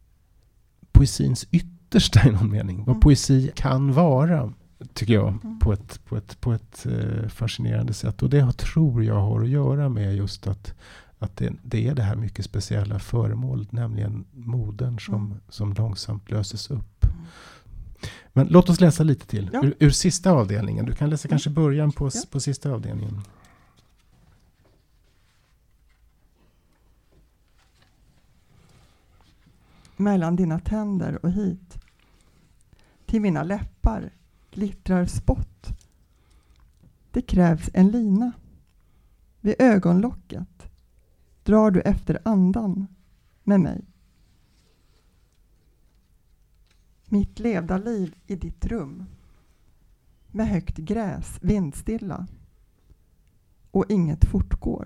S1: poesins yttersta i någon mening. Vad
S2: Mm.
S1: poesi kan vara, tycker jag,
S2: Mm.
S1: på ett, på ett, på ett eh, fascinerande sätt. Och det har, tror jag har att göra med just att, att det, det är det här mycket speciella föremålet, nämligen modern som,
S2: Mm.
S1: som långsamt löses upp. Men låt oss läsa lite till.
S2: Ja.
S1: Ur, ur sista avdelningen. Du kan läsa
S2: Mm.
S1: kanske början på,
S2: Ja.
S1: på sista avdelningen.
S2: Mellan dina tänder och hit. Till mina läppar glittrar spott. Det krävs en lina. Vid ögonlocket drar du efter andan med mig. Mitt levda liv i ditt rum. Med högt gräs, vindstilla. Och inget fortgår.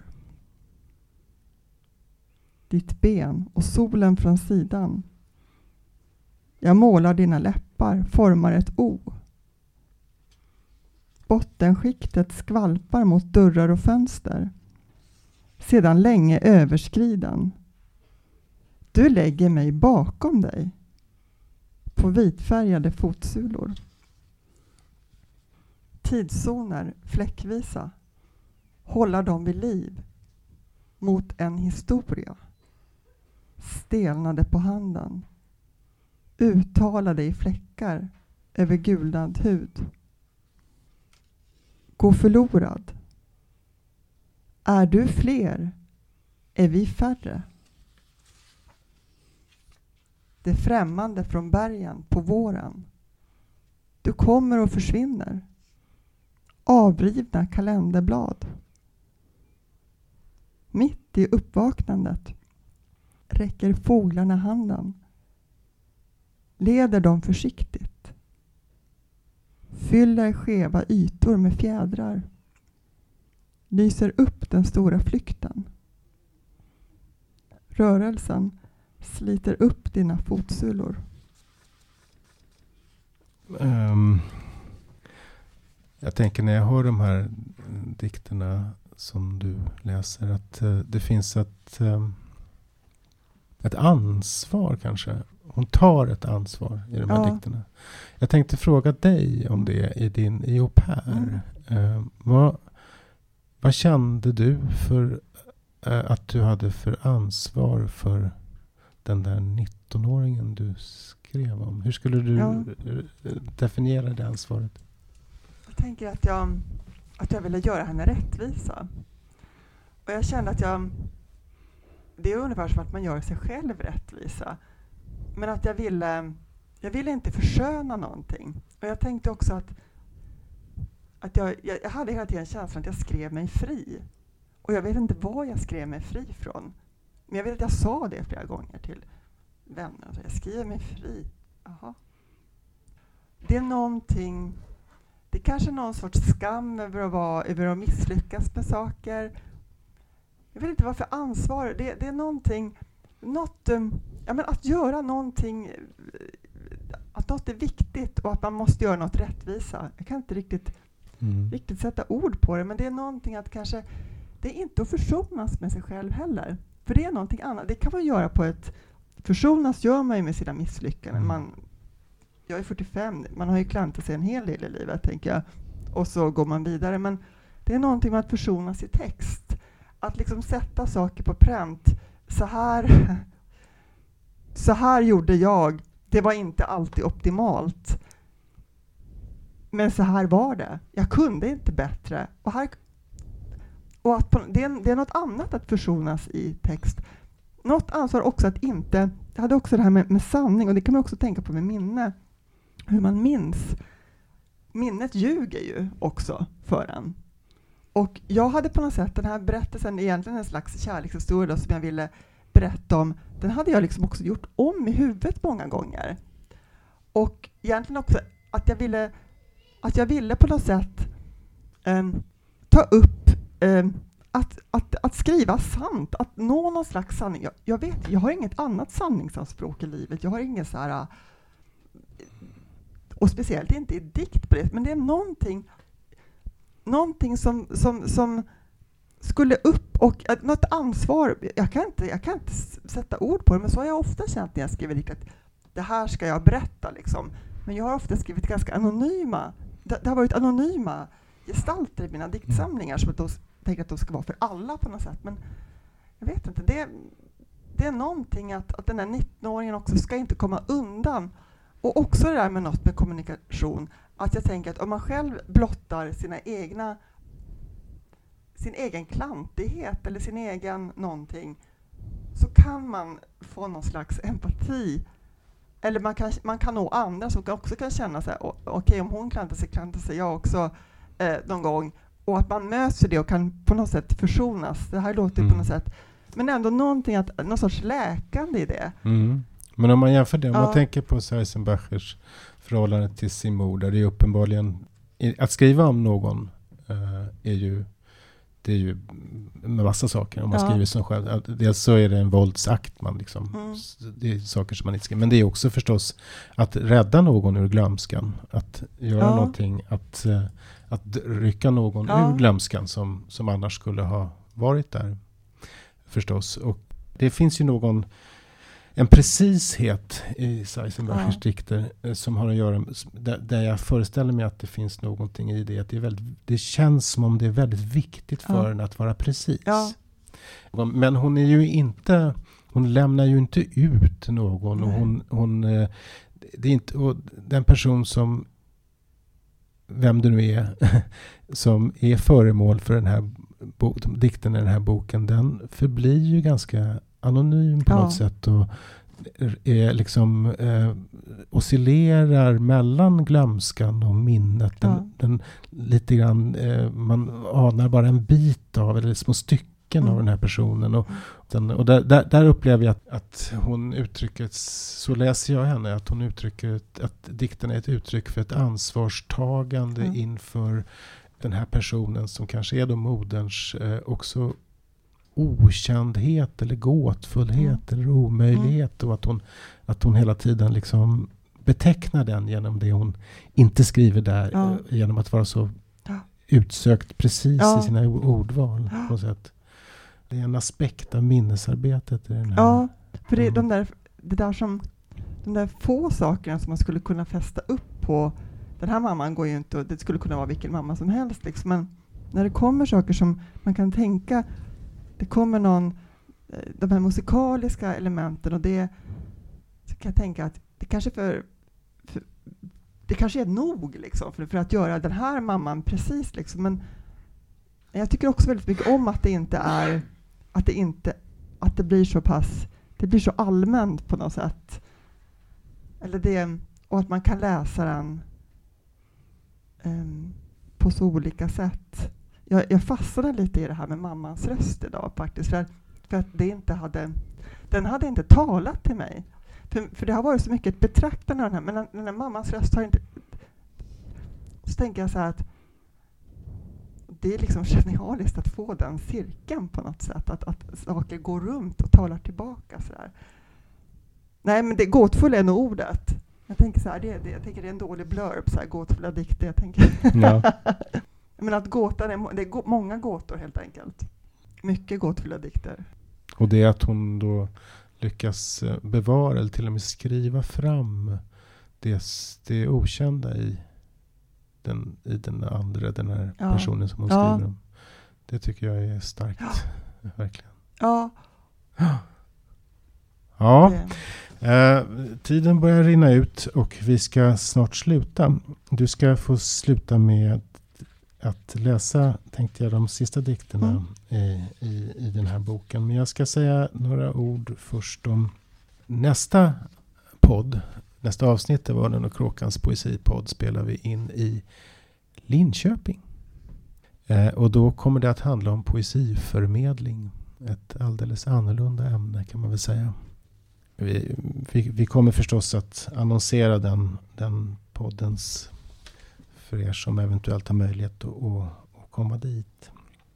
S2: Ditt ben och solen från sidan. Jag målar dina läppar, formar ett O. Bottenskiktet skvalpar mot dörrar och fönster. Sedan länge överskriden. Du lägger mig bakom dig. På vitfärgade fotsulor. Tidszoner fläckvisa. Hålla dem vid liv. mot en historia. Stelnade på handen. Uttalade i fläckar över gulnad hud. Gå förlorad. Är du fler? Är vi färre? Det främmande från bergen på våren. Du kommer och försvinner. Avrivna kalenderblad. Mitt i uppvaknandet räcker fåglarna handen. Leder dem försiktigt. Fyller skeva ytor med fjädrar. Lyser upp den stora flykten. Rörelsen sliter upp dina fotsulor.
S1: Um, jag tänker när jag hör de här dikterna som du läser att uh, det finns ett, um, ett ansvar kanske. Hon tar ett ansvar i de här
S2: ja.
S1: dikterna. Jag tänkte fråga dig om det i din i Au pair. Mm. Uh, vad, vad kände du för uh, att du hade för ansvar för den där nittonåringen du skrev om? Hur skulle du ja. definiera det ansvaret?
S2: Jag tänker att jag, att jag ville göra henne rättvisa. Och jag kände att jag... Det är ungefär som att man gör sig själv rättvisa. Men att jag ville... Jag ville inte försköna någonting. Och jag tänkte också att... att jag, jag, jag hade hela tiden känslan att jag skrev mig fri. Och jag vet inte vad jag skrev mig fri från. Men jag vet att jag sa det flera gånger till vänner. Jag skriver mig fri. Aha. Det är någonting... Det är kanske någon sorts skam över att, vara, över att misslyckas med saker. Jag vet inte varför ansvar... Det, det är någonting... Något, um, ja, men att göra någonting... Att något är viktigt och att man måste göra något rättvisa. Jag kan inte riktigt, mm. riktigt sätta ord på det. Men det är någonting att kanske... Det är inte att försonas med sig själv heller. För det är någonting annat. Det kan man göra på ett... Försonas gör man ju med sina misslyckanden. Man, jag är fyrtiofem. Man har ju klantat sig en hel del i livet, tänker jag. Och så går man vidare. Men det är någonting med att försonas i text. Att liksom sätta saker på pränt. Så här, så här gjorde jag. Det var inte alltid optimalt. Men så här var det. Jag kunde inte bättre. Och, här, och att på, det, är, det är något annat att försonas i text. Något ansvar också att inte... Jag hade också det här med, med sanning. Och det kan man också tänka på med minne. Hur man minns. Minnet ljuger ju också för en. Och jag hade på något sätt den här berättelsen, egentligen en slags kärlekshistoria då, som jag ville berätta om. Den hade jag liksom också gjort om i huvudet många gånger. Och egentligen också att jag ville, att jag ville på något sätt um, ta upp um, att, att, att skriva sant, att nå någon slags sanning. Jag, jag vet, jag har inget annat sanningsanspråk i livet. Jag har ingen så här, och speciellt inte i dikt på det, men det är någonting någonting som, som, som skulle upp och äh, något ansvar. Jag kan, inte, jag kan inte sätta ord på det, men så har jag ofta känt när jag skriver dikt att det här ska jag berätta liksom. Men jag har ofta skrivit ganska anonyma, det, det har varit anonyma gestalter i mina diktsamlingar som att de tänker att de ska vara för alla på något sätt. Men jag vet inte, det, det är någonting att, att den här nittonåringen också ska inte komma undan. Och också det där med något med kommunikation. Att jag tänker att om man själv blottar sina egna, sin egen klantighet eller sin egen någonting, så kan man få någon slags empati. Eller man kan, man kan nå andra som också kan känna så här, okej okay, om hon klantar sig, klantar sig jag också eh, någon gång. Och att man möter det och kan på något sätt försonas. Det här låter mm. på något sätt. Men ändå någonting att, någon sorts läkande i det.
S1: Mm. Men om man jämför det, om
S2: ja.
S1: man tänker på Seisenbachers förhållande till sin mor, där det är uppenbarligen, att skriva om någon uh, är ju, det är ju med massa saker. Om man ja. skriver som själv, dels så är det en våldsakt, man liksom, mm. det är saker som man inte skriver. Men det är också förstås att rädda någon ur glömskan, att göra ja. någonting, att, uh, att rycka någon ja. ur glömskan som, som annars skulle ha varit där, förstås. Och det finns ju någon en precishet i Seisenbachers ja. dikter eh, som har att göra där, där jag föreställer mig att det finns någonting i det. Att det, är väldigt, det känns som om det är väldigt viktigt för ja. en att vara precis.
S2: Ja.
S1: Men hon är ju inte, hon lämnar ju inte ut någon. Och hon, hon, det är inte, och den person som, vem du nu är, som är föremål för den här bo, dikten i den här boken, den förblir ju ganska anonym på ja. något sätt. Och är liksom eh, oscillerar mellan glömskan och minnet. Den, ja. den lite grann, eh, man anar bara en bit av, eller små stycken mm. av den här personen. Och, den, och där, där, där upplever jag att, att hon uttrycker, så läser jag henne, att hon uttrycker ett, att dikten är ett uttryck för ett ansvarstagande mm. inför den här personen som kanske är då moderns eh, också okändhet eller gåtfullhet mm. eller omöjlighet, och att hon, att hon hela tiden liksom betecknar den genom det hon inte skriver där, ja. genom att vara så ja. utsökt precis ja. i sina ordval ja. på sätt. Det är en aspekt av minnesarbetet i den här.
S2: Ja, för det är de där, det där som de där få sakerna som man skulle kunna fästa upp på. Den här mamman går ju inte, och det skulle kunna vara vilken mamma som helst liksom, men när det kommer saker som man kan tänka, det kommer någon, de här musikaliska elementen, och det, så kan jag tänka att det kanske för, för det kanske är nog liksom för, för att göra den här mamman precis liksom, men jag tycker också väldigt mycket om att det inte är att det inte att det blir så pass, det blir så allmänt på något sätt, eller det, och att man kan läsa den um, på så olika sätt. Jag, jag fastnade lite i det här med mammans röst idag faktiskt, för att, för att det inte hade, den hade inte talat till mig. För, för det har varit så mycket ett betraktande av den här, men den, den här mammans röst har inte... Så tänker jag så här att det är liksom genialiskt att få den cirkeln på något sätt, att, att saker går runt och talar tillbaka så där. Nej, men det gåtfulla är nog ordet. Jag tänker så här, det, det, jag tänker det är en dålig blurb, så här, gåtfulla dikter, jag tänker... Ja. Men att gåtan är, det är gå, många gåtor helt enkelt. Mycket gåtfulla dikter.
S1: Och det är att hon då lyckas bevara eller till och med skriva fram det, det okända i den, i den andra, den här ja. personen som hon
S2: ja.
S1: skriver om. Det tycker jag är starkt. Ja. Verkligen.
S2: Ja.
S1: Ja. Ja. Eh, tiden börjar rinna ut och vi ska snart sluta. Du ska få sluta med att läsa, tänkte jag, de sista dikterna mm. i, i, i den här boken. Men jag ska säga några ord först om nästa podd. Nästa avsnitt, det var den och Kråkans poesipodd, spelar vi in i Linköping. Eh, och då kommer det att handla om poesiförmedling. Ett alldeles annorlunda ämne kan man väl säga. Vi, vi, vi kommer förstås att annonsera den, den poddens för er som eventuellt har möjlighet att, att, att komma dit.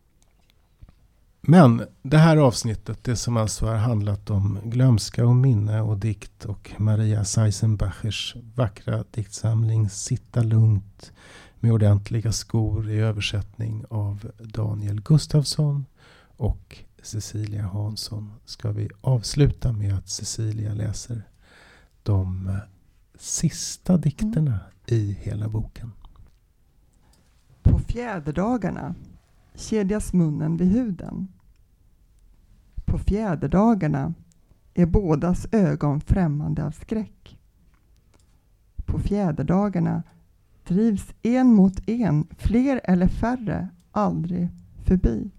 S1: Men det här avsnittet, det som alltså har handlat om glömska och minne och dikt och Maria Seisenbachers vackra diktsamling Sitta lugnt med ordentliga skor i översättning av Daniel Gustafsson och Cecilia Hansson, ska vi avsluta med att Cecilia läser de sista dikterna mm. i hela boken.
S2: På fjäderdagarna kedjas munnen vid huden. På fjäderdagarna är bådas ögon främmande av skräck. På fjäderdagarna drivs en mot en, fler eller färre, aldrig förbi.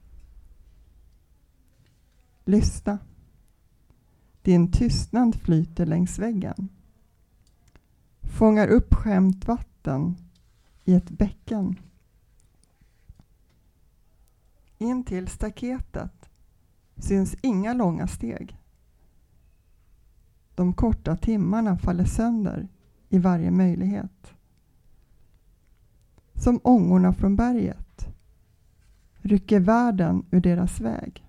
S2: Lyssna. Din tystnad flyter längs väggen. Fångar upp skämt vatten i ett bäcken. In till staketet syns inga långa steg. De korta timmarna faller sönder i varje möjlighet. Som ångorna från berget rycker världen ur deras väg.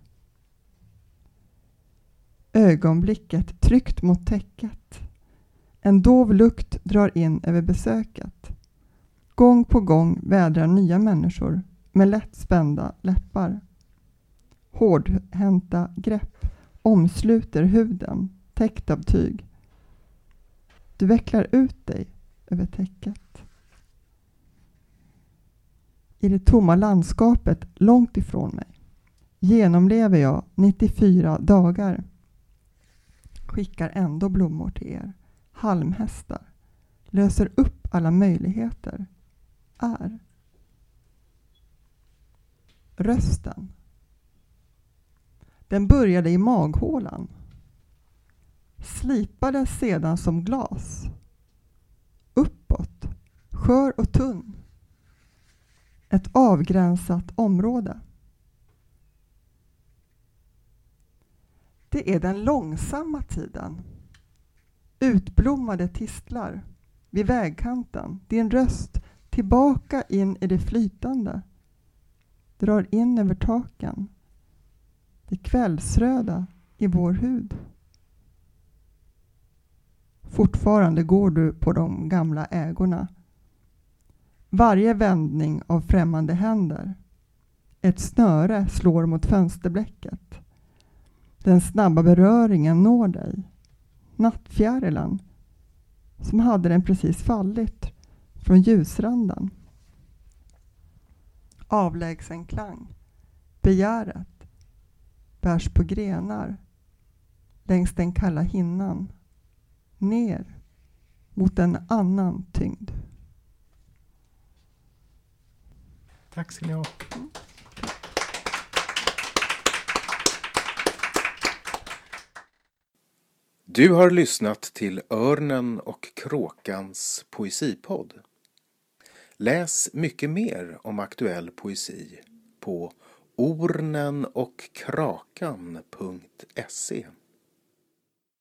S2: Ögonblicket tryckt mot täcket. En dov lukt drar in över besöket. Gång på gång vädrar nya människor med lätt spända läppar. Hårdhänta grepp omsluter huden, täckt av tyg. Du vecklar ut dig över täcket. I det tomma landskapet långt ifrån mig genomlever jag nittiofyra dagar. Skickar ändå blommor till er. Halmhästar. Löser upp alla möjligheter. Är. Rösten. Den började i maghålan. Slipades sedan som glas. Uppåt. Skör och tunn. Ett avgränsat område. Det är den långsamma tiden. Utblommade tistlar vid vägkanten. Din röst tillbaka in i det flytande. Drar in över taken. Det kvällsröda i vår hud. Fortfarande går du på de gamla ägorna. Varje vändning av främmande händer. Ett snöre slår mot fönsterblecket. Den snabba beröringen når dig. Nattfjärilen som hade den precis fallit från ljusranden. Avlägsen klang. Begäret bärs på grenar längs den kalla hinnan. Ner mot en annan tyngd.
S1: Tack ska ni ha.
S3: Du har lyssnat till Örnen och kråkans poesipodd. Läs mycket mer om aktuell poesi på ornenochkrakan punkt se.